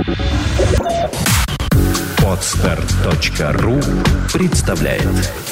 Podster.ru представляет.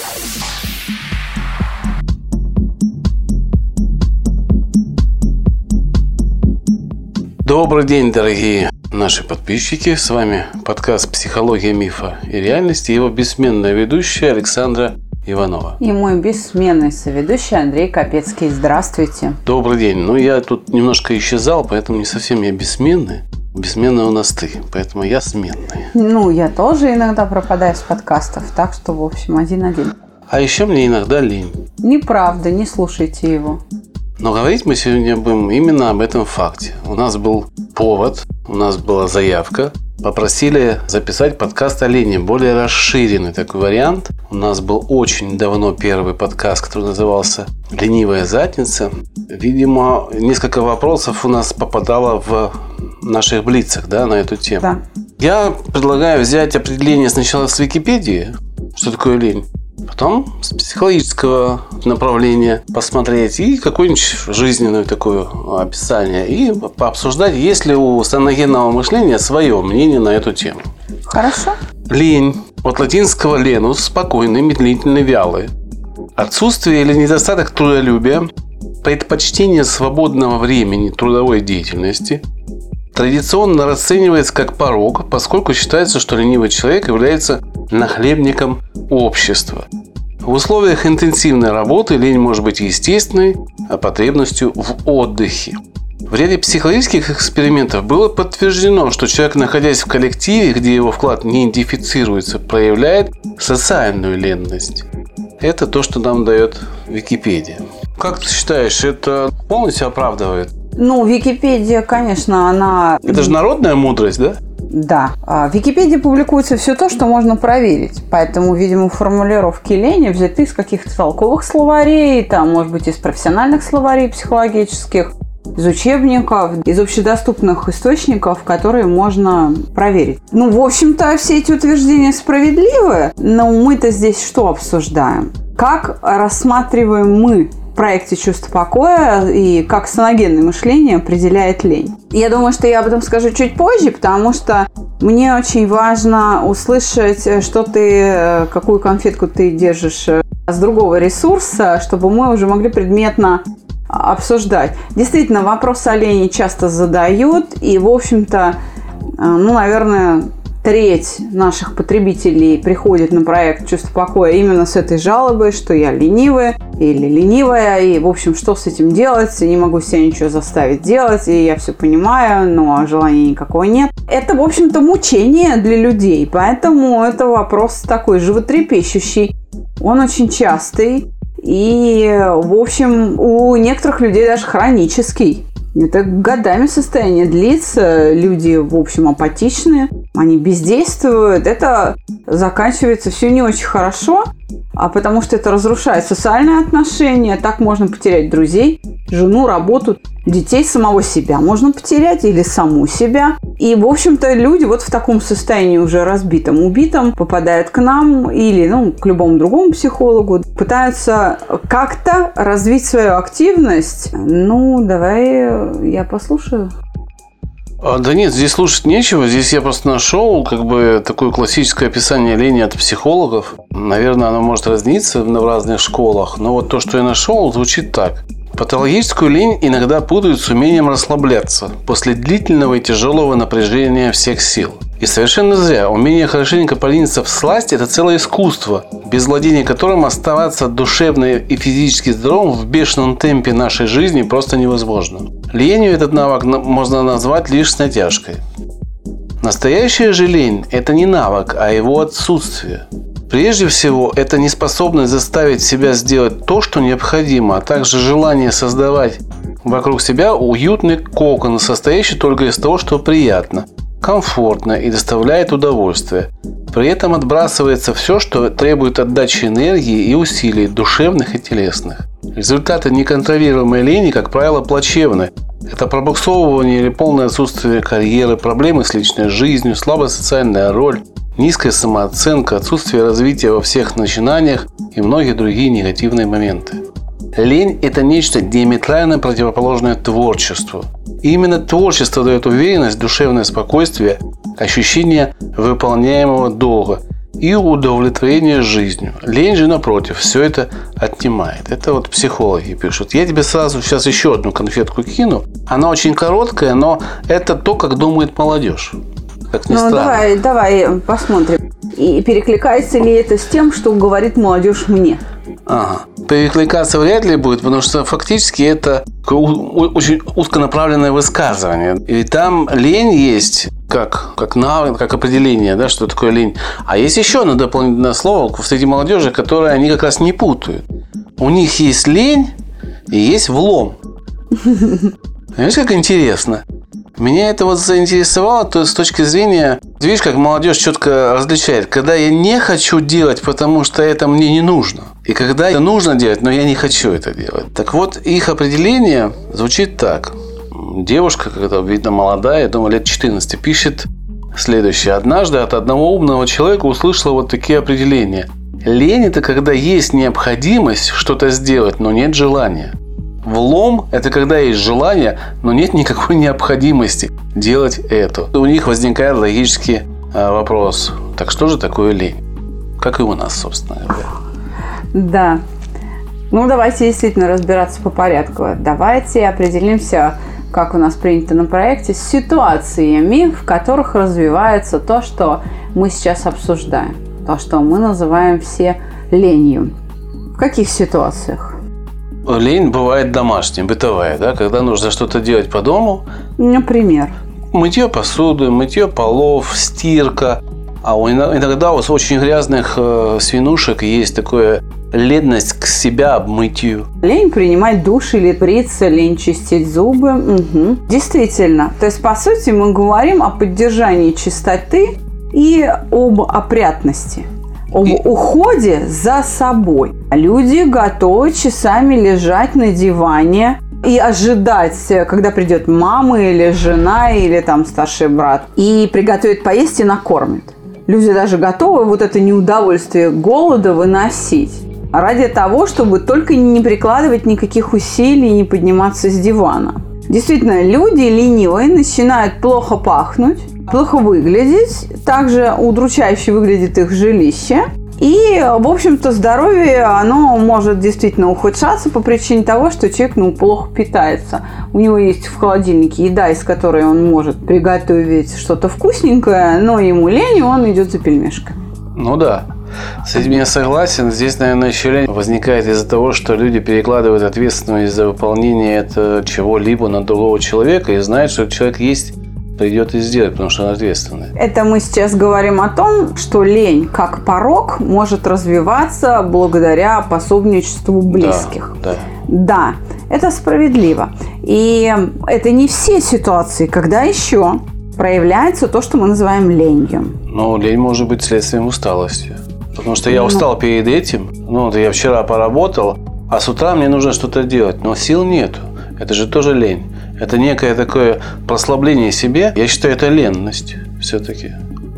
Добрый день, дорогие наши подписчики. С вами подкаст «Психология, мифа и реальности». Его бессменная ведущая Александра Иванова. И мой бессменный соведущий Андрей Капецкий. Здравствуйте. Добрый день. Я тут немножко исчезал, поэтому не совсем я бессменный. Бессменный у нас ты, поэтому я сменный. Я тоже иногда пропадаю с подкастов, так что, в общем, один-один. А еще мне иногда лень. Неправда, не слушайте его. Но говорить мы сегодня будем именно об этом факте. У нас был повод, у нас была заявка. Попросили записать подкаст о лени, более расширенный такой вариант. У нас был очень давно первый подкаст, который назывался «Ленивая задница». Видимо, несколько вопросов у нас попадало в наших блицах, на эту тему. Да. Я предлагаю взять определение сначала с Википедии, что такое лень, потом с психологического направления посмотреть и какое-нибудь жизненное такое описание. И пообсуждать, есть ли у саногенного мышления свое мнение на эту тему. Хорошо. Лень. От латинского «ленус» – спокойный, медлительный, вялый. Отсутствие или недостаток трудолюбия, предпочтение свободного времени трудовой деятельности традиционно расценивается как порок, поскольку считается, что ленивый человек является нахлебником общества. В условиях интенсивной работы лень может быть естественной, а потребностью в отдыхе. В ряде психологических экспериментов было подтверждено, что человек, находясь в коллективе, где его вклад не идентифицируется, проявляет социальную ленность. Это то, что нам дает Википедия. Как ты считаешь, это полностью оправдывает? Википедия, конечно, она... Это же народная мудрость, да? Да. В Википедии публикуется все то, что можно проверить. Поэтому, видимо, формулировки лени взяты из каких-то толковых словарей, может быть, из профессиональных словарей психологических, из учебников, из общедоступных источников, которые можно проверить. В общем-то, все эти утверждения справедливы, но мы-то здесь что обсуждаем? Как рассматриваем мы в проекте «Чувство покоя» и как саногенное мышление определяет лень? Я думаю, что я об этом скажу чуть позже, потому что мне очень важно услышать, какую конфетку ты держишь с другого ресурса, чтобы мы уже могли предметно обсуждать. Действительно, вопрос о лени часто задают, и, в общем-то, наверное, треть наших потребителей приходит на проект «Чувство покоя» именно с этой жалобой, что я ленивая или ленивая, и, в общем, что с этим делать? Я не могу себя ничего заставить делать, и я все понимаю, но желания никакого нет. Это, в общем-то, мучение для людей, поэтому это вопрос такой животрепещущий. Он очень частый, и, в общем, у некоторых людей даже хронический. Это годами состояние длится, люди, в общем, апатичные, они бездействуют. Это заканчивается все не очень хорошо, потому что это разрушает социальные отношения. Так можно потерять друзей, жену, работу, детей, самого себя можно потерять или саму себя. И, в общем-то, люди в таком состоянии уже разбитом, убитом попадают к нам или к любому другому психологу, пытаются как-то развить свою активность. Давай я послушаю. Да нет, здесь слушать нечего. Здесь я просто нашел такое классическое описание лени от психологов. Наверное, оно может разниться в разных школах. Но то, что я нашел, звучит так. Патологическую лень иногда путают с умением расслабляться после длительного и тяжелого напряжения всех сил. И совершенно зря. Умение хорошенько полениться всласть – это целое искусство, без владения которым оставаться душевно и физически здоровым в бешеном темпе нашей жизни просто невозможно. Ленью этот навык можно назвать лишь с натяжкой. Настоящая же лень – это не навык, а его отсутствие. Прежде всего, это неспособность заставить себя сделать то, что необходимо, а также желание создавать вокруг себя уютный кокон, состоящий только из того, что приятно, комфортно и доставляет удовольствие. При этом отбрасывается все, что требует отдачи энергии и усилий душевных и телесных. Результаты неконтролируемой лени, как правило, плачевны. Это пробуксовывание или полное отсутствие карьеры, проблемы с личной жизнью, слабая социальная роль, низкая самооценка, отсутствие развития во всех начинаниях и многие другие негативные моменты. Лень – это нечто диаметрально противоположное творчеству. И именно творчество дает уверенность, душевное спокойствие, ощущение выполняемого долга и удовлетворение жизнью. Лень же, напротив, все это отнимает. Это вот психологи пишут. Я тебе сразу сейчас еще одну конфетку кину. Она очень короткая, но это то, как думает молодежь. Как ни странно. Давай посмотрим. И перекликается ли это с тем, что говорит молодежь мне? Ага. Перекликаться вряд ли будет, потому что фактически это очень узконаправленное высказывание. И там лень есть как навык, как определение, да, что такое лень. А есть еще одно дополнительное слово среди молодежи, которое они как раз не путают. У них есть лень и есть влом. Понимаешь, как интересно? Меня это вот заинтересовало, то с точки зрения, видишь, как молодежь четко различает, когда я не хочу делать, потому что это мне не нужно, и когда это нужно делать, но я не хочу это делать. Так вот, их определение звучит так. Девушка, когда, видно, молодая, я думаю, лет 14, пишет следующее. Однажды от одного умного человека услышала вот такие определения. Лень – это когда есть необходимость что-то сделать, но нет желания. Влом – это когда есть желание, но нет никакой необходимости делать это. У них возникает логический вопрос. Так что же такое лень? Как и у нас, собственно говоря. Да. Ну, давайте действительно разбираться по порядку. Давайте определимся, как у нас принято на проекте, с ситуациями, в которых развивается то, что мы сейчас обсуждаем. То, что мы называем все ленью. В каких ситуациях? Лень бывает домашняя, бытовая, да, когда нужно что-то делать по дому. Например? Мытье посуды, мытье полов, стирка. А иногда у очень грязных свинушек есть такая ленность к себя обмытию. Лень принимать душ или бриться, лень чистить зубы. Угу. Действительно. То есть, по сути, мы говорим о поддержании чистоты и об опрятности. Об уходе за собой. Люди готовы часами лежать на диване и ожидать, когда придет мама или жена, или там старший брат, и приготовит поесть и накормит. Люди даже готовы вот это неудовольствие голода выносить ради того, чтобы только не прикладывать никаких усилий и не подниматься с дивана. Действительно, люди ленивые начинают плохо пахнуть, плохо выглядеть, также удручающе выглядит их жилище. И, в общем-то, здоровье, оно может действительно ухудшаться по причине того, что человек, плохо питается. У него есть в холодильнике еда, из которой он может приготовить что-то вкусненькое, но ему лень, и он идет за пельмешками. Ну да. С этим я согласен. Здесь, наверное, еще лень возникает из-за того, что люди перекладывают ответственность за выполнение чего-либо на другого человека и знают, что человек есть, придет и сделает, потому что он ответственный. Это мы сейчас говорим о том, что лень как порок может развиваться благодаря пособничеству близких. Да, это справедливо. И это не все ситуации, когда еще проявляется то, что мы называем ленью. Лень может быть следствием усталости. Потому что я устал перед этим. Я вчера поработал, а с утра мне нужно что-то делать, но сил нету. Это же тоже лень. Это некое такое прослабление себе. Я считаю, это ленность все-таки.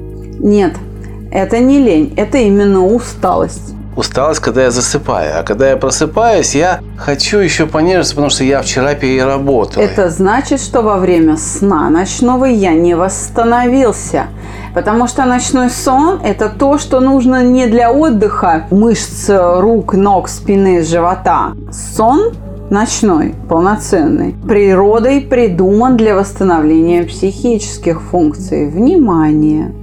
Нет, это не лень, это именно усталость. Усталость, когда я засыпаю. А когда я просыпаюсь, я хочу еще понежиться, потому что я вчера переработал. Это значит, что во время сна ночного я не восстановился. Потому что ночной сон – это то, что нужно не для отдыха мышц рук, ног, спины, живота. Сон ночной, полноценный, природой придуман для восстановления психических функций. Внимание,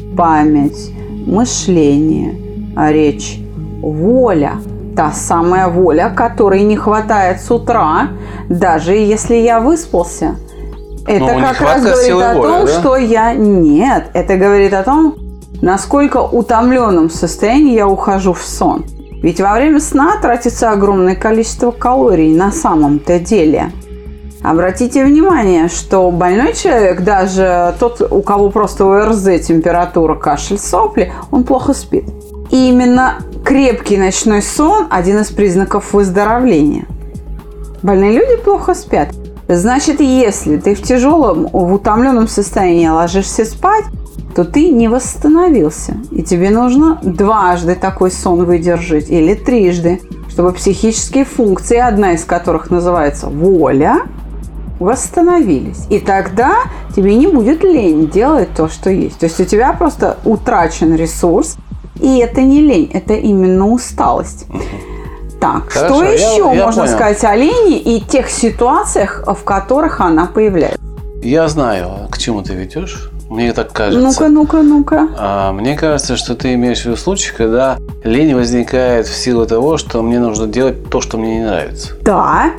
память, мышление, речь, воля. Та самая воля, которой не хватает с утра, даже если я выспался. Это как раз говорит о том, что я... Нет, это говорит о том, насколько утомленном состоянии я ухожу в сон. Ведь во время сна тратится огромное количество калорий на самом-то деле. Обратите внимание, что больной человек, даже тот, у кого просто ОРЗ, температура, кашель, сопли, он плохо спит. И именно крепкий ночной сон – один из признаков выздоровления. Больные люди плохо спят. Значит, если ты в тяжелом, в утомленном состоянии ложишься спать, то ты не восстановился. И тебе нужно дважды такой сон выдержать или трижды, чтобы психические функции, одна из которых называется воля, восстановились. И тогда тебе не будет лень делать то, что есть. То есть у тебя просто утрачен ресурс, и это не лень, это именно усталость. Так, хорошо, что еще можно сказать о лени и тех ситуациях, в которых она появляется? Я знаю, к чему ты ведешь. Мне так кажется. Ну-ка. Мне кажется, что ты имеешь в виду случай, когда лень возникает в силу того, что мне нужно делать то, что мне не нравится. Да.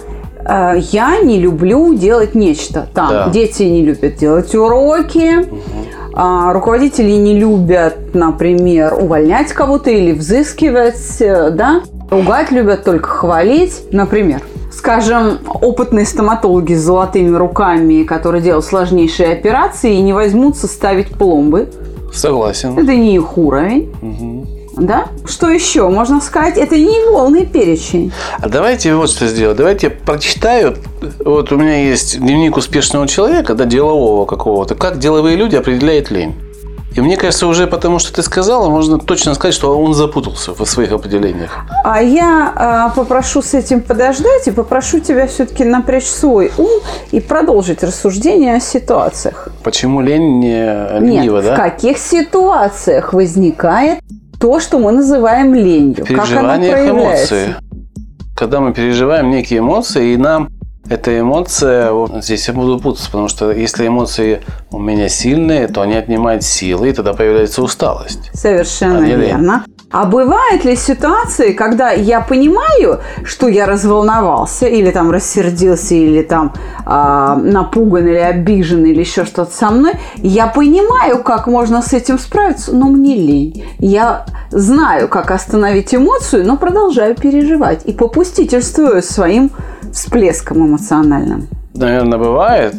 Я не люблю делать нечто. Там дети не любят делать уроки. Руководители не любят, например, увольнять кого-то или взыскивать, да? Ругать любят, только хвалить, например. Скажем, опытные стоматологи с золотыми руками, которые делают сложнейшие операции, не возьмутся ставить пломбы. Согласен. Это не их уровень. Да? Что еще можно сказать? Это не полный перечень. А давайте вот что сделаем. Давайте я прочитаю. Вот у меня есть дневник успешного человека, да, делового какого-то. Как деловые люди определяют лень. И мне кажется, уже потому что ты сказала, можно точно сказать, что он запутался в своих определениях. А я попрошу с этим подождать и попрошу тебя все-таки напрячь свой ум и продолжить рассуждение о ситуациях. Почему лень не ленива, да? В каких ситуациях возникает то, что мы называем ленью? В переживаниях эмоций. Когда мы переживаем некие эмоции, и нам эта эмоция, вот здесь я буду путаться, потому что если эмоции у меня сильные, то они отнимают силы, и тогда появляется усталость. Совершенно верно. А бывают ли ситуации, когда я понимаю, что я разволновался, или там рассердился, или там напуган, или обижен, или еще что-то со мной, я понимаю, как можно с этим справиться, но мне лень. Я знаю, как остановить эмоцию, но продолжаю переживать и попустительствую своим всплеском эмоциональным. Наверное, бывает.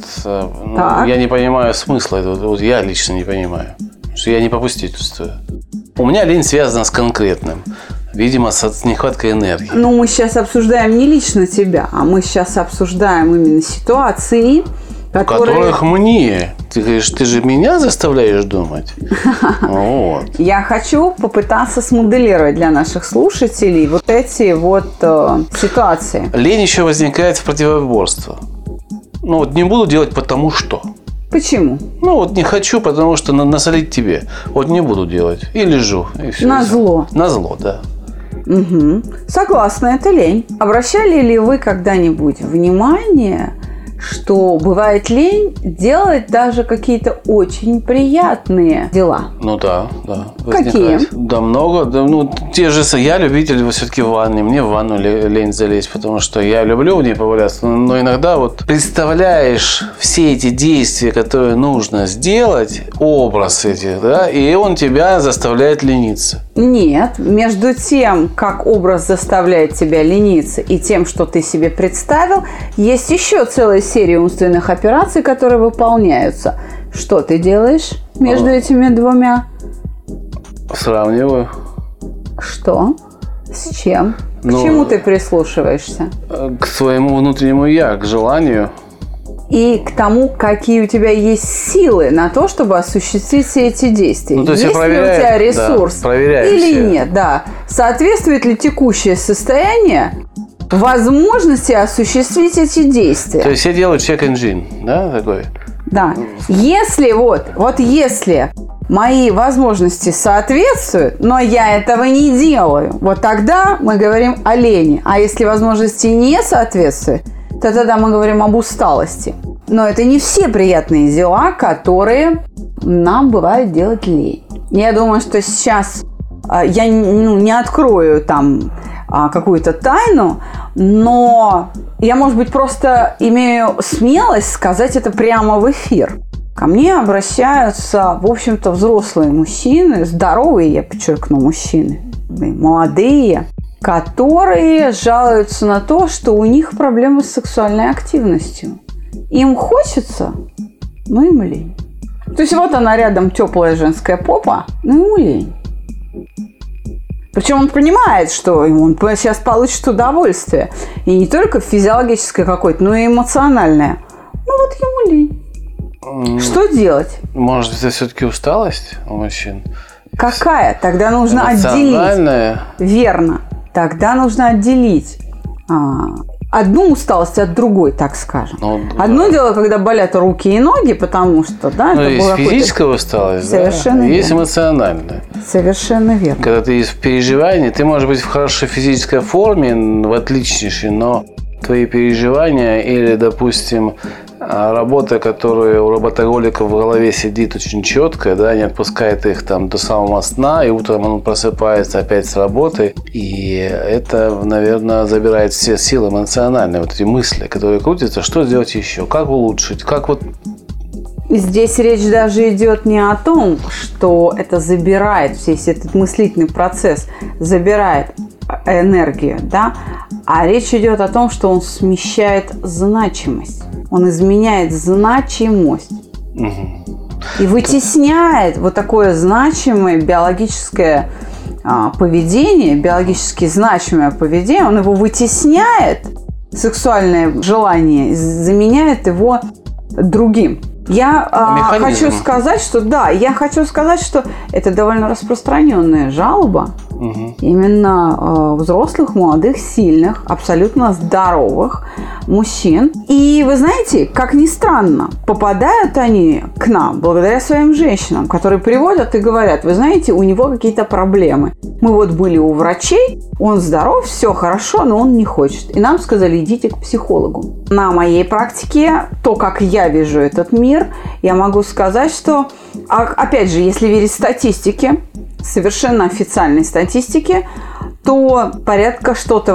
Я не понимаю смысла этого. Вот я лично не понимаю. Что я не попустительствую. У меня лень связана с конкретным. Видимо, с нехваткой энергии. Ну, мы сейчас обсуждаем не лично тебя, а мы сейчас обсуждаем именно ситуации, которых мне. Ты говоришь, ты же меня заставляешь думать. Вот. Я хочу попытаться смоделировать для наших слушателей вот эти вот ситуации. Лень еще возникает в противоборство. Ну вот не буду делать потому что. Почему? Ну вот не хочу, потому что насолить тебе. Вот не буду делать. И лежу. И все. Назло. Назло, да. Угу. Согласна, это лень. Обращали ли вы когда-нибудь внимание, что бывает лень делать даже какие-то очень приятные дела? Ну да. Какие? Да много. Те же, я любитель все-таки ванны. Мне в ванну лень залезть, потому что я люблю в ней поваляться. Но иногда вот представляешь все эти действия, которые нужно сделать, образ этих, да, и он тебя заставляет лениться. Нет, между тем, как образ заставляет тебя лениться, и тем, что ты себе представил, есть еще целая серия умственных операций, которые выполняются. Что ты делаешь между этими двумя? Сравниваю. Что? С чем? К чему ты прислушиваешься? К своему внутреннему я, к желанию. И к тому, какие у тебя есть силы на то, чтобы осуществить все эти действия. Ну, то есть ли у тебя ресурс или нет? Да. Соответствует ли текущее состояние возможности осуществить эти действия? То есть я делаю check-engine, да, такой? Да. Если если мои возможности соответствуют, но я этого не делаю, вот тогда мы говорим о лени. А если возможности не соответствуют, то тогда мы говорим об усталости. Но это не все приятные дела, которые нам бывает делать лень. Я думаю, что сейчас я не открою там какую-то тайну, но я, может быть, просто имею смелость сказать это прямо в эфир. Ко мне обращаются, в общем-то, взрослые мужчины, здоровые, я подчеркну, мужчины, молодые, которые жалуются на то, что у них проблемы с сексуальной активностью. Им хочется, но им лень. То есть вот она рядом, теплая женская попа, но ему лень. Причем он понимает, что он сейчас получит удовольствие. И не только физиологическое какое-то, но и эмоциональное. Ну вот ему лень. Что делать? Может, это все-таки усталость у мужчин? Какая? Тогда нужно отделить. Верно. тогда нужно отделить одну усталость от другой, так скажем. Одно дело, когда болят руки и ноги, потому что, да, это есть физическая усталость, совершенно верно. Есть эмоциональная. Совершенно верно. Когда ты есть в переживании, ты можешь быть в хорошей физической форме, в отличнейшей, но твои переживания или, допустим, работа, которая у работоголиков в голове сидит очень четко, да, не отпускает их там до самого сна, и утром он просыпается опять с работы, и это, наверное, забирает все силы эмоциональные, вот эти мысли, которые крутятся, что сделать еще, как улучшить, как вот. Здесь речь даже идет не о том, что это забирает, весь этот мыслительный процесс забирает энергию, да, а речь идет о том, что он смещает значимость, он изменяет значимость и вытесняет вот такое значимое биологическое поведение, биологически значимое поведение, он его вытесняет, сексуальное желание, заменяет его другим. Я хочу сказать, что это довольно распространенная жалоба именно взрослых, молодых, сильных, абсолютно здоровых мужчин. И вы знаете, как ни странно, попадают они к нам благодаря своим женщинам, которые приводят и говорят: вы знаете, у него какие-то проблемы. Мы вот были у врачей, он здоров, все хорошо, но он не хочет. И нам сказали: идите к психологу. На моей практике, то, как я вижу этот мир, я могу сказать, что, опять же, если верить статистике, совершенно официальной статистике, то порядка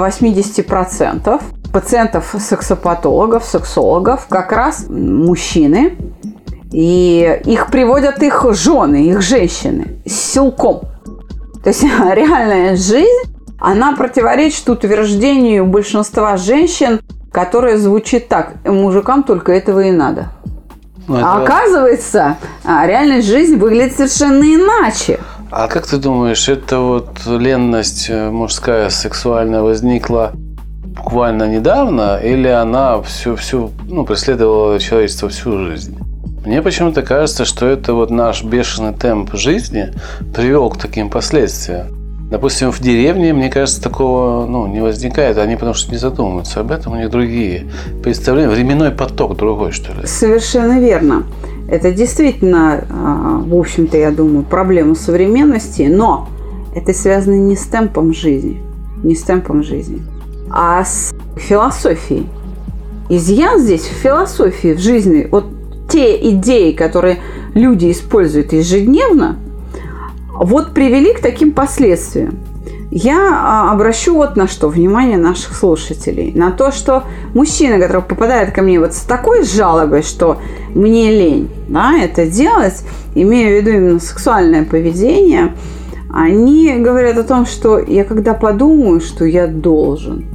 80% пациентов сексопатологов, сексологов как раз мужчины, и их приводят их жены, их женщины силком. То есть реальная жизнь, она противоречит утверждению большинства женщин, которое звучит так: мужикам только этого и надо. А оказывается, реальная жизнь выглядит совершенно иначе. А как ты думаешь, эта вот ленность мужская сексуальная возникла буквально недавно, или она преследовала человечество всю жизнь? Мне почему-то кажется, что это вот наш бешеный темп жизни привел к таким последствиям. Допустим, в деревне, мне кажется, такого не возникает. Они потому что не задумываются об этом, у них другие представления. Временной поток другой, что ли. Совершенно верно. Это действительно, в общем-то, я думаю, проблема современности, но это связано не с темпом жизни, а с философией. Изъян здесь в философии, в жизни. Вот те идеи, которые люди используют ежедневно, вот привели к таким последствиям. Я обращу вот на что внимание наших слушателей. На то, что мужчины, которые попадают ко мне вот с такой жалобой, что мне лень, да, это делать, имея в виду именно сексуальное поведение, они говорят о том, что я когда подумаю, что я должен,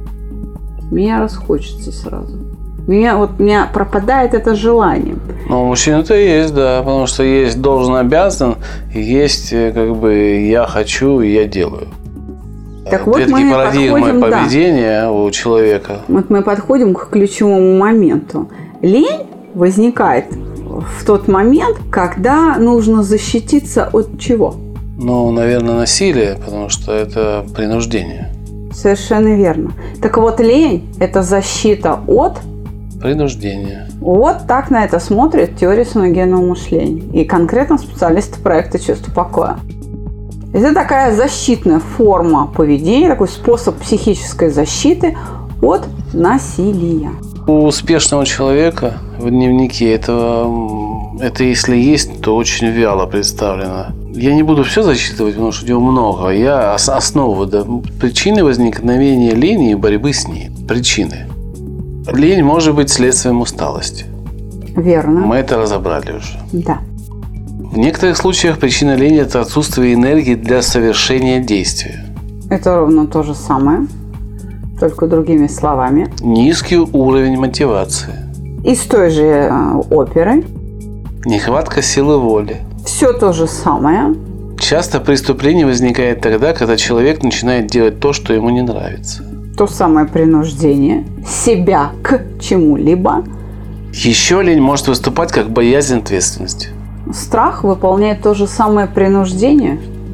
меня расхочется сразу. У меня пропадает это желание. Ну, у мужчин-то есть, да, потому что есть должен-обязан, есть я хочу и я делаю. Так вот, мы парадигмы поведения у человека. Вот мы подходим к ключевому моменту. Лень возникает в тот момент, когда нужно защититься от чего? Наверное, насилие, потому что это принуждение. Совершенно верно. Так вот, лень – это защита от принуждения. Вот так на это смотрит теория саногенного мышления. И конкретно специалисты проекта «Чувство покоя». Это такая защитная форма поведения, такой способ психической защиты от насилия. У успешного человека в дневнике это если есть, то очень вяло представлено. Я не буду все зачитывать, потому что его много. Я основу, причины возникновения лени и борьбы с ней. Причины. Лень может быть следствием усталости. Верно. Мы это разобрали уже. Да. В некоторых случаях причина лени – это отсутствие энергии для совершения действия. Это ровно то же самое, только другими словами. Низкий уровень мотивации. Из той же оперы. Нехватка силы воли. Все то же самое. Часто преступление возникает тогда, когда человек начинает делать то, что ему не нравится. То самое принуждение себя к чему-либо. Еще лень может выступать как боязнь ответственности. Страх выполняет то же самое принуждение.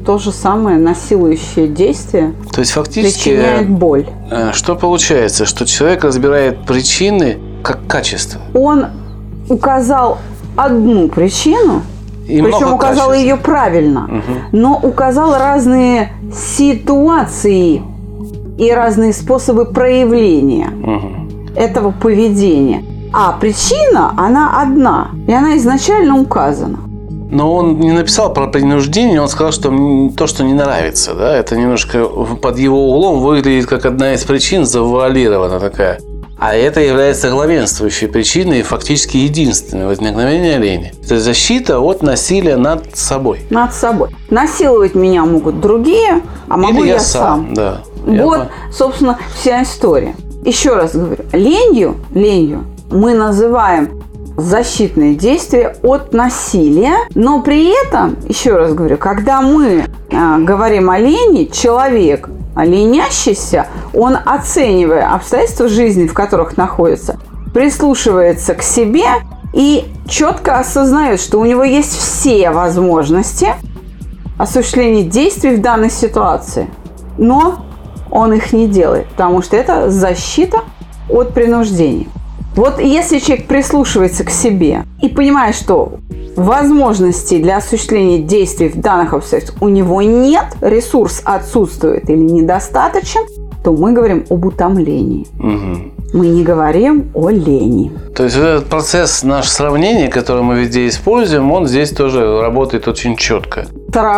то же самое насилующее действие. То есть фактически причиняет боль. Что получается? Что человек разбирает причины как качество. Он указал одну причину, И причем много указал качеств. ее правильно, но указал разные ситуации и разные способы проявления этого поведения. А причина, она одна, и она изначально указана. Но он не написал про принуждение, он сказал, что то, что не нравится, да, это немножко под его углом выглядит как одна из причин, завуалирована такая. А это является главенствующей причиной и фактически единственной возникновения лени. Это защита от насилия над собой. Над собой. Насиловать меня могут другие, а могу Или я сам. Да. Вот, собственно, вся история. Еще раз говорю, ленью мы называем защитные действия от насилия, но при этом, еще раз говорю, когда мы говорим о лени, человек ленящийся, он, оценивая обстоятельства жизни, в которых находится, прислушивается к себе и четко осознает, что у него есть все возможности осуществления действий в данной ситуации, но он их не делает, потому что это защита от принуждения. Вот если человек прислушивается к себе и понимает, что возможностей для осуществления действий в данных обстоятельствах у него нет, ресурс отсутствует или недостаточен, то мы говорим об утомлении. Мы не говорим о лени. То есть этот процесс наш сравнения, который мы везде используем, он здесь тоже работает очень четко.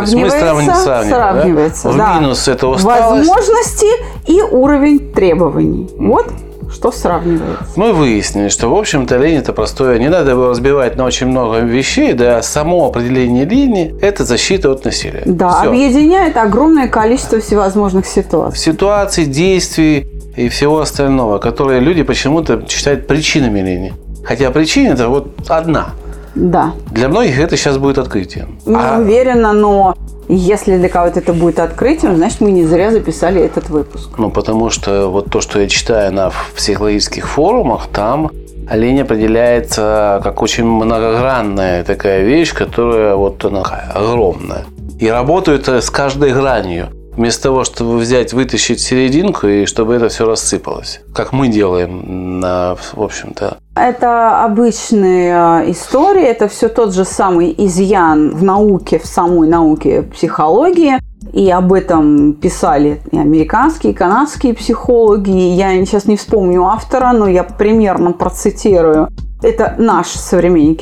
Сравнивается. Да? В минус это усталость. Возможности и уровень требований. Вот что сравнивается. Мы выяснили, что, в общем-то, лень – это простое. Не надо его разбивать на очень много вещей, да, само определение лени – это защита от насилия. Да, Всё. объединяет огромное количество всевозможных ситуаций. Ситуаций, действий и всего остального, которые люди почему-то считают причинами лени. Хотя причина – это вот одна. Да. Для многих это сейчас будет открытием. Не уверена, но если для кого-то это будет открытием, значит, мы не зря записали этот выпуск. Ну, потому что вот то, что я читаю на психологических форумах, там лень определяется как очень многогранная такая вещь, которая вот она огромная. И работает с каждой гранью. Вместо того, чтобы взять, вытащить серединку и чтобы это все рассыпалось. Как мы делаем, в общем-то. Это обычная история, это все тот же самый изъян в науке, в самой науке психологии. И об этом писали и американские, и канадские психологи. Я сейчас не вспомню автора, но я примерно процитирую. Это наши современники,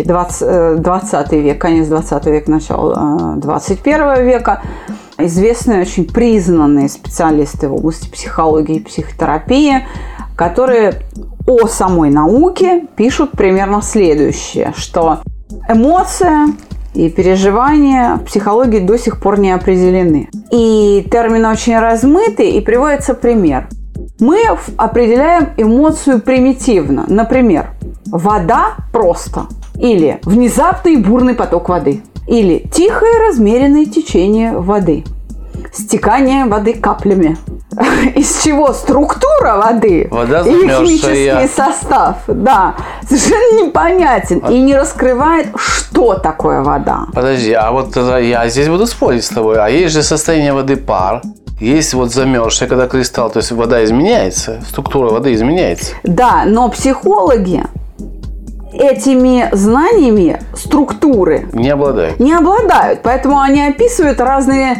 20 век, конец 20 века, начало 21 века. Известные, очень признанные специалисты в области психологии и психотерапии, которые о самой науке пишут примерно следующее, что эмоция и переживания в психологии до сих пор не определены. И термины очень размыты, и приводится пример. Мы определяем эмоцию примитивно. Например, вода просто. Или внезапный бурный поток воды. Или тихое размеренное течение воды. Стекание воды каплями. Из чего структура воды и химический состав, да, совершенно непонятен и не раскрывает, что такое вода. Подожди, а вот я здесь буду спорить с тобой. А есть же состояние воды пар. Есть вот замерзшая, когда кристалл, то есть вода изменяется, структура воды изменяется. Да, но психологи этими знаниями структуры не обладают, поэтому они описывают разные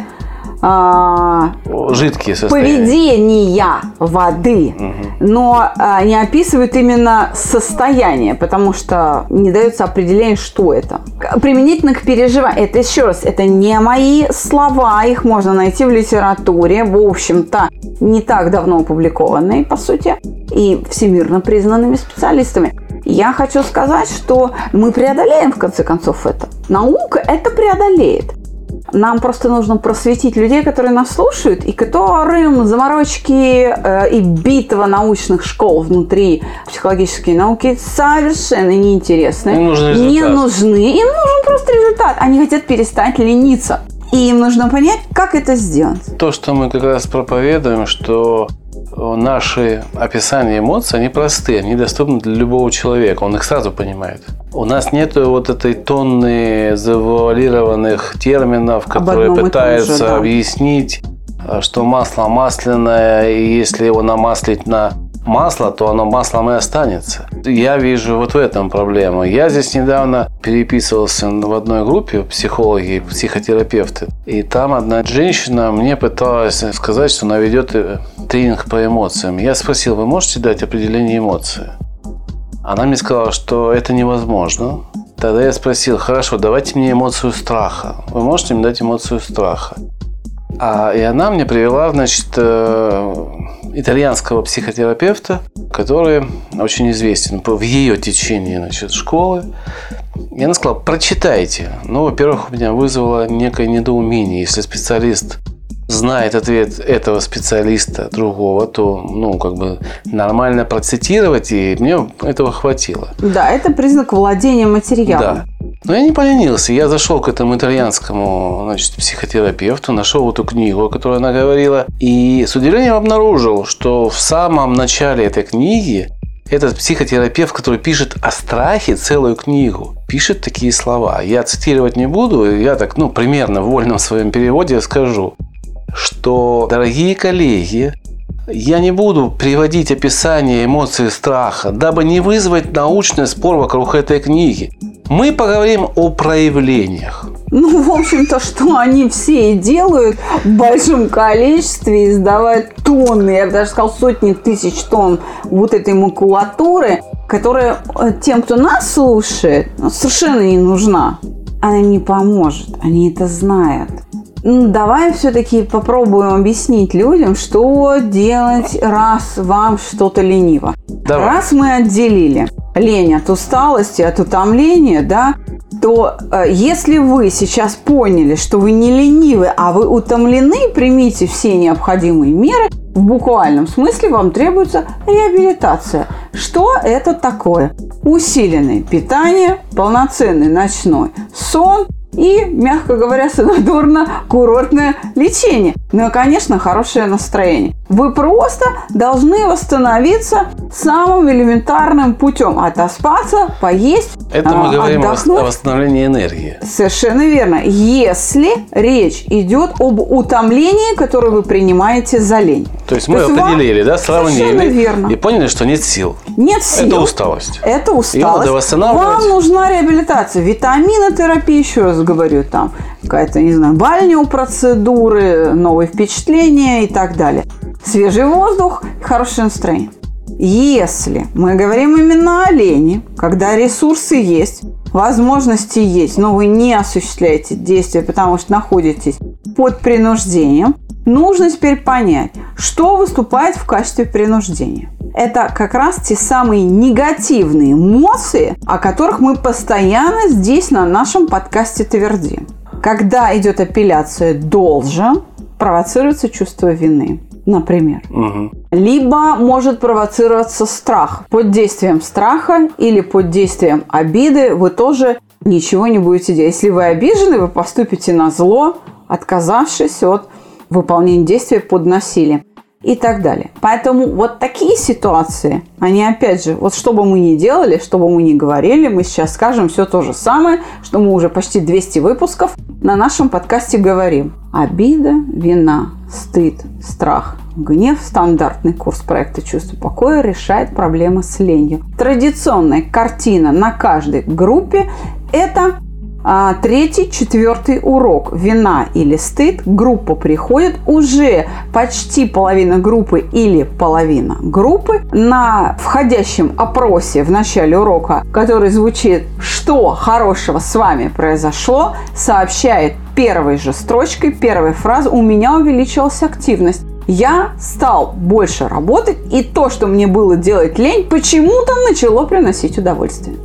жидкие состояния, поведения воды, но не описывают именно состояние, потому что не дается определение, что это. Применительно к переживаниям, это еще раз, это не мои слова, их можно найти в литературе, в общем-то, не так давно опубликованные, по сути, и всемирно признанными специалистами. Я хочу сказать, что мы преодолеем, в конце концов, это. Наука это преодолеет. Нам просто нужно просветить людей, которые нас слушают, и которым заморочки и битва научных школ внутри психологической науки совершенно неинтересны. Им нужны. Им нужен просто результат. Они хотят перестать лениться. И им нужно понять, как это сделать. То, что мы как раз проповедуем, что наши описания эмоций, они простые, они доступны для любого человека. Он их сразу понимает. У нас нет вот этой тонны завуалированных терминов, которые пытаются объяснить, что масло масляное, и если его намаслить на масло, то оно маслом и останется. Я вижу вот в этом проблему. Я здесь недавно переписывался в одной группе психологи, психотерапевты, и там одна женщина мне пыталась сказать, что она ведет тренинг по эмоциям. Я спросил, вы можете дать определение эмоции? Она мне сказала, что это невозможно. Тогда я спросил, хорошо, давайте мне эмоцию страха. Вы можете мне дать эмоцию страха? И она мне привела, значит, итальянского психотерапевта, который очень известен в ее течении, значит, школы. И она сказала, прочитайте. Ну, во-первых, у меня вызвало некое недоумение. Если специалист знает ответ этого специалиста другого, то, нормально процитировать, и мне этого хватило. Да, это признак владения материалом. Да. Но я не поленился. Я зашел к этому итальянскому, значит, психотерапевту, нашел эту книгу, о которой она говорила, и с удивлением обнаружил, что в самом начале этой книги этот психотерапевт, который пишет о страхе целую книгу, пишет такие слова. Я цитировать не буду, я так, примерно в вольном своем переводе скажу, что, дорогие коллеги, я не буду приводить описание эмоций страха, дабы не вызвать научный спор вокруг этой книги. Мы поговорим о проявлениях. В общем-то, что они все и делают в большом количестве, издавая тонны, я бы даже сказал, сотни тысяч тонн вот этой макулатуры, которая тем, кто нас слушает, совершенно не нужна. Она не поможет, они это знают. Давай все-таки попробуем объяснить людям, что делать, раз вам что-то лениво. Давай. Раз мы отделили лень от усталости, от утомления, да, то если вы сейчас поняли, что вы не ленивы, а вы утомлены, примите все необходимые меры. В буквальном смысле вам требуется реабилитация. Что это такое? Усиленное питание, полноценный ночной сон и, мягко говоря, санаторно-курортное лечение. Ну и, конечно, хорошее настроение. Вы просто должны восстановиться самым элементарным путем. Отоспаться, поесть, это мы говорим о восстановлении энергии. Совершенно верно. Если речь идет об утомлении, которое вы принимаете за лень. То есть мы определили, сравнили и поняли, что нет сил. Нет сил. Это усталость. Это усталость. И надо восстанавливать. Вам нужна реабилитация, витаминотерапия, еще раз говорю, там какая-то, не знаю, бальнеопроцедуры, новые впечатления и так далее. Свежий воздух, хорошее настроение. Если мы говорим именно о лени, когда ресурсы есть, возможности есть, но вы не осуществляете действия, потому что находитесь под принуждением, нужно теперь понять, что выступает в качестве принуждения. Это как раз те самые негативные эмоции, о которых мы постоянно здесь на нашем подкасте твердим. Когда идет апелляция «должен», провоцируется чувство вины, например. Либо может провоцироваться страх. Под действием страха или под действием обиды вы тоже ничего не будете делать. Если вы обижены, вы поступите назло, отказавшись от выполнения действия под насилием. И так далее. Поэтому вот такие ситуации, они опять же, вот что бы мы ни делали, что бы мы ни говорили, мы сейчас скажем все то же самое, что мы уже почти 200 выпусков на нашем подкасте говорим. Обида, вина, стыд, страх, гнев, стандартный курс проекта «Чувство покоя» решает проблемы с ленью. Традиционная картина на каждой группе – это 3-й, 4-й урок. Вина или стыд. Группа приходит. Уже почти половина группы или половина группы на входящем опросе в начале урока, который звучит «Что хорошего с вами произошло?», сообщает первой же строчкой, первой фразой «У меня увеличилась активность». Я стал больше работать, и то, что мне было делать лень, почему-то начало приносить удовольствие.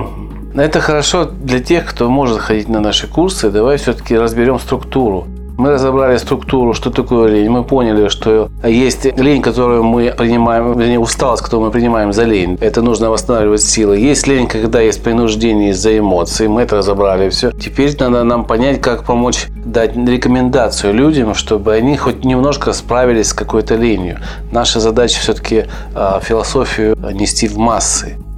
Это хорошо для тех, кто может ходить на наши курсы. Давай все-таки разберем структуру. Мы разобрали структуру, что такое лень. Мы поняли, что есть лень, которую мы принимаем, вернее, усталость, которую мы принимаем за лень. Это нужно восстанавливать силы. Есть лень, когда есть принуждение из-за эмоций. Мы это разобрали все. Теперь надо нам понять, как помочь дать рекомендацию людям, чтобы они хоть немножко справились с какой-то ленью. Наша задача все-таки философию нести в массы.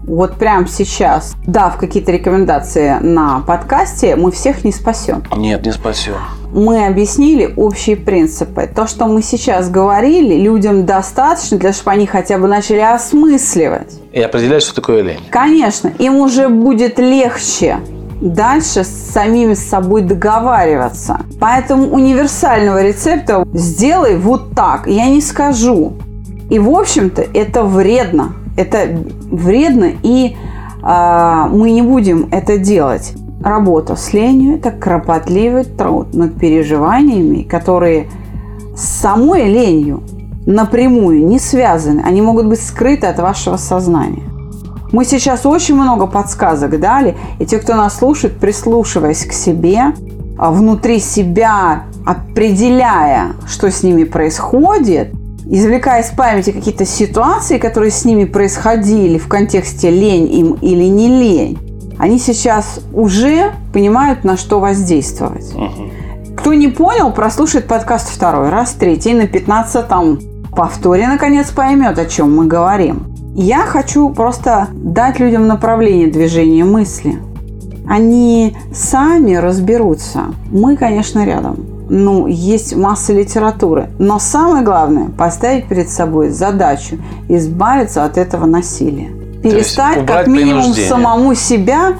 вот прямо сейчас, дав какие-то рекомендации на подкасте, мы всех не спасем. Нет, не спасем. Мы объяснили общие принципы. То, что мы сейчас говорили, людям достаточно, для того, чтобы они хотя бы начали осмысливать. И определять, что такое лень. Конечно, им уже будет легче дальше с самими собой договариваться. Поэтому универсального рецепта «сделай вот так» я не скажу. И, в общем-то, это вредно. Это вредно, и мы не будем это делать. Работа с ленью – это кропотливый труд над переживаниями, которые с самой ленью напрямую не связаны. Они могут быть скрыты от вашего сознания. Мы сейчас очень много подсказок дали, и те, кто нас слушает, прислушиваясь к себе, внутри себя определяя, что с ними происходит, извлекая из памяти какие-то ситуации, которые с ними происходили в контексте лень им или не лень, они сейчас уже понимают, на что воздействовать. Кто не понял, прослушает подкаст второй раз, третий, на 15-м повторе, наконец, поймет, о чем мы говорим. Я хочу просто дать людям направление движения мысли. Они сами разберутся. Мы, конечно, рядом. Есть масса литературы. Но самое главное – поставить перед собой задачу избавиться от этого насилия. Перестать, как минимум, самому себя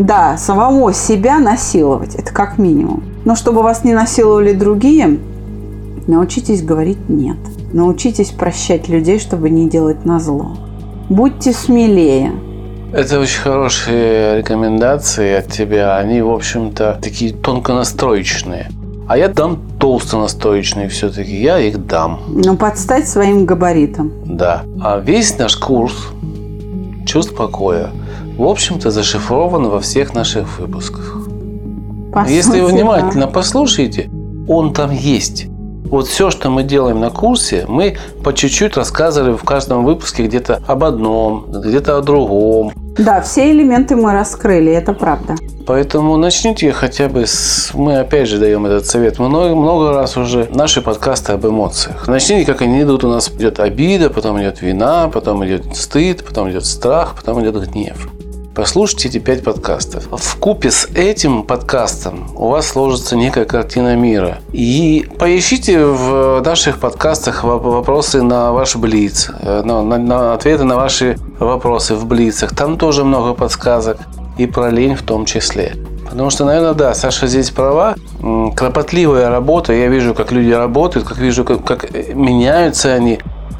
насиловать. Это как минимум. Но чтобы вас не насиловали другие, научитесь говорить «нет». Научитесь прощать людей, чтобы не делать назло. Будьте смелее. Это очень хорошие рекомендации от тебя. Они, в общем-то, такие тонконастроечные. А я дам толстонастроечные все-таки. Я их дам. Подстать своим габаритам. Да. А весь наш курс «Чувств покоя», в общем-то, зашифрован во всех наших выпусках. Если вы внимательно послушаете, он там есть. Вот все, что мы делаем на курсе, мы по чуть-чуть рассказывали в каждом выпуске где-то об одном, где-то о другом. Да, все элементы мы раскрыли, это правда. Поэтому начните хотя бы мы опять же даем этот совет. Мы много раз уже наши подкасты об эмоциях. Начните, как они идут. У нас идет обида, потом идет вина, потом идет стыд, потом идет страх, потом идет гнев. Послушайте эти 5 подкастов. Вкупе с этим подкастом у вас сложится некая картина мира. И поищите в наших подкастах вопросы на ваш блиц, на ответы на ваши вопросы в блицах. Там тоже много подсказок. И про лень в том числе. Потому что, наверное, да, Саша здесь права. Кропотливая работа. Я вижу, как люди работают, как меняются они.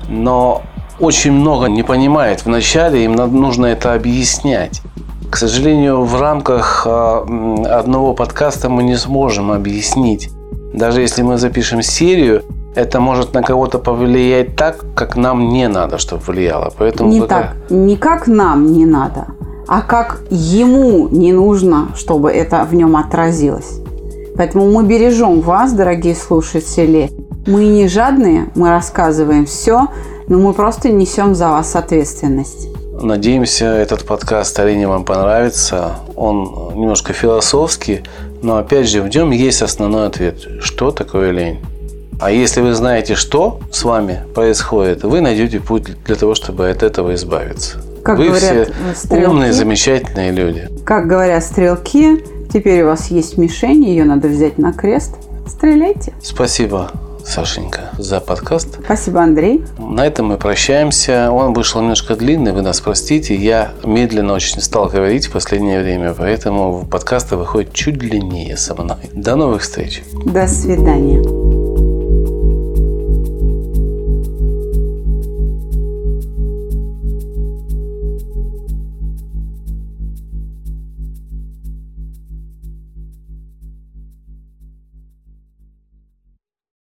Но очень много не понимает вначале, им нужно это объяснять. К сожалению, в рамках одного подкаста мы не сможем объяснить. Даже если мы запишем серию, это может на кого-то повлиять так, как нам не надо, чтобы влияло. Поэтому не как нам не надо, а как ему не нужно, чтобы это в нем отразилось. Поэтому мы бережем вас, дорогие слушатели. Мы не жадные, мы рассказываем все, но мы просто несем за вас ответственность. Надеемся, этот подкаст о лени вам понравится. Он немножко философский, но опять же в нем есть основной ответ. Что такое лень? А если вы знаете, что с вами происходит, вы найдете путь для того, чтобы от этого избавиться. Как вы говорят все стрелки, умные, замечательные люди. Как говорят стрелки, теперь у вас есть мишень, ее надо взять на крест. Стреляйте. Спасибо, Сашенька, за подкаст. Спасибо, Андрей. На этом мы прощаемся. Он вышел немножко длинный, вы нас простите. Я медленно очень стал говорить в последнее время, поэтому подкасты выходят чуть длиннее со мной. До новых встреч. До свидания.